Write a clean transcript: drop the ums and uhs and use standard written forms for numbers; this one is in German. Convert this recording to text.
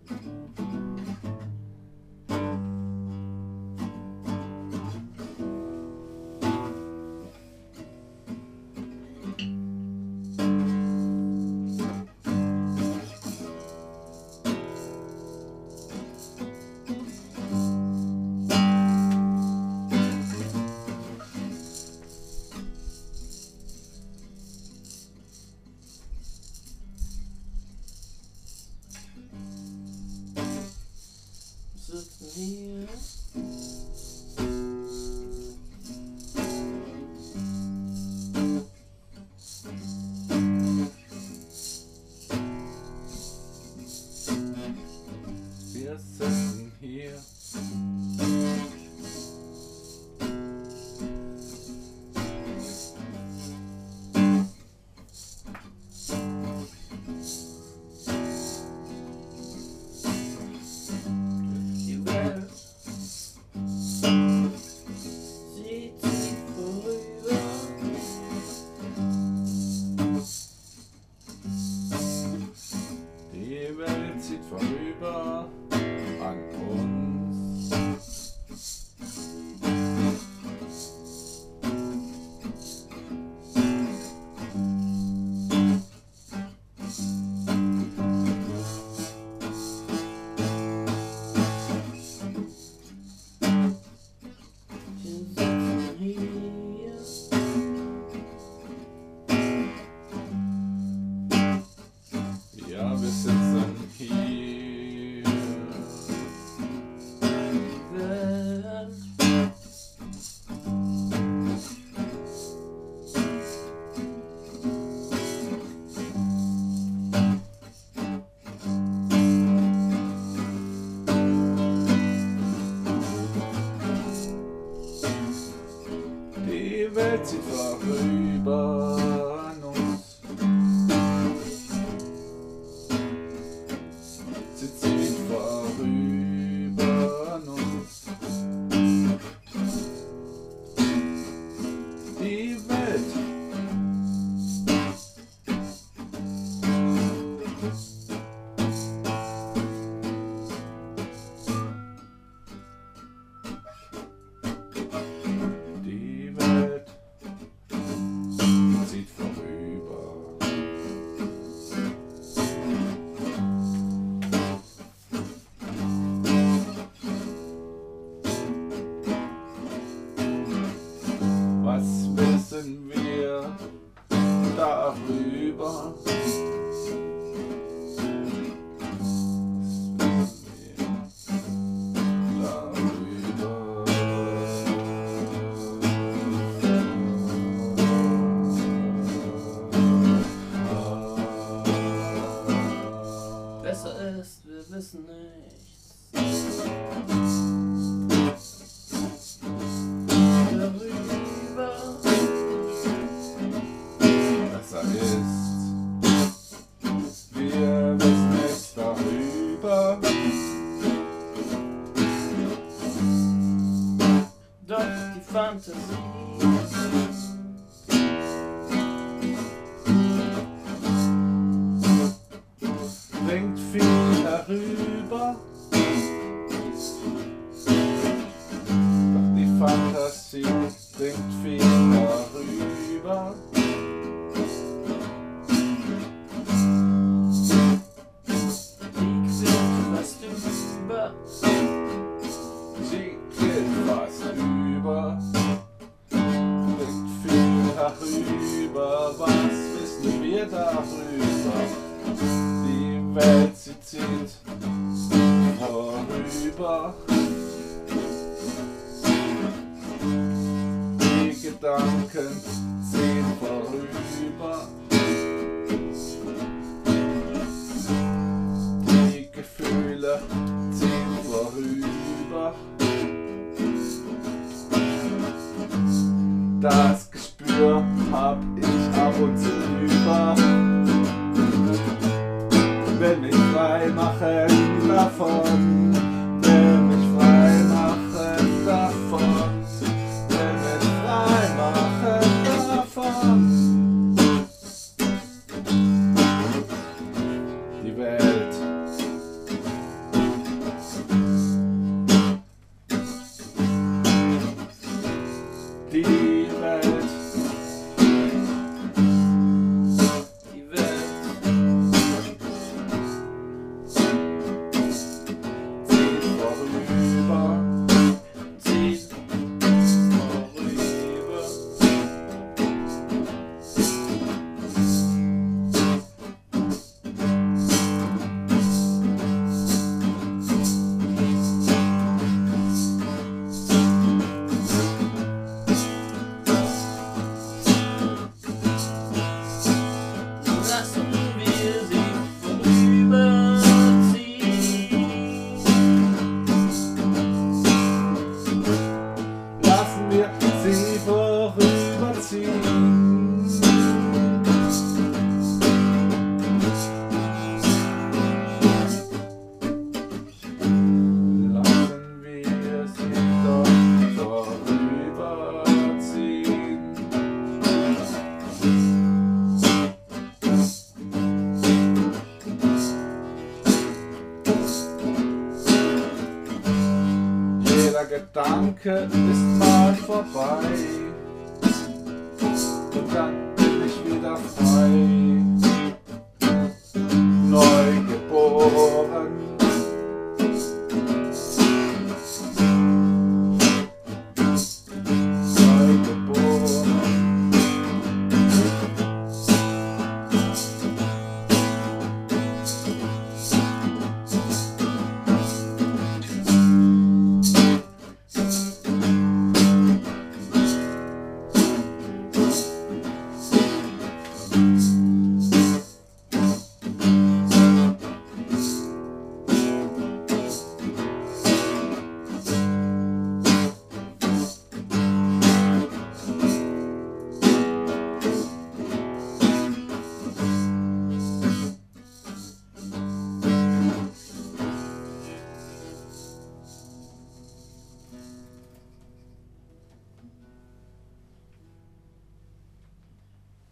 Sitzen hier. Wir sitzen hier. Die Welt zieht vorüber an uns. Ja, wir sitzen hier. Welt. Die Welt zieht vorüber an uns. Sie zieht vorüber an uns. Die Welt. Die Welt zieht vorüber. Was wissen wir darüber? Besser ist, wir wissen nichts darüber. Besser ist, wir wissen nichts darüber. Doch die Fantasie bringt viel herüber. Doch die Fantasie bringt viel herüber. Sie quillt fast über. Sie quillt fast über. Bringt viel herüber. Was wissen wir darüber? Die Welt, sie zieht vorüber. Die Gedanken ziehen vorüber. Die Gefühle ziehen vorüber. Das Gespür hab ich ab und zu über. Will mich frei machen davon, will mich frei machen davon, will mich frei machen davon. Die Welt Jeder Gedanke ist mal vorbei und dann bin ich wieder frei. Neugeboren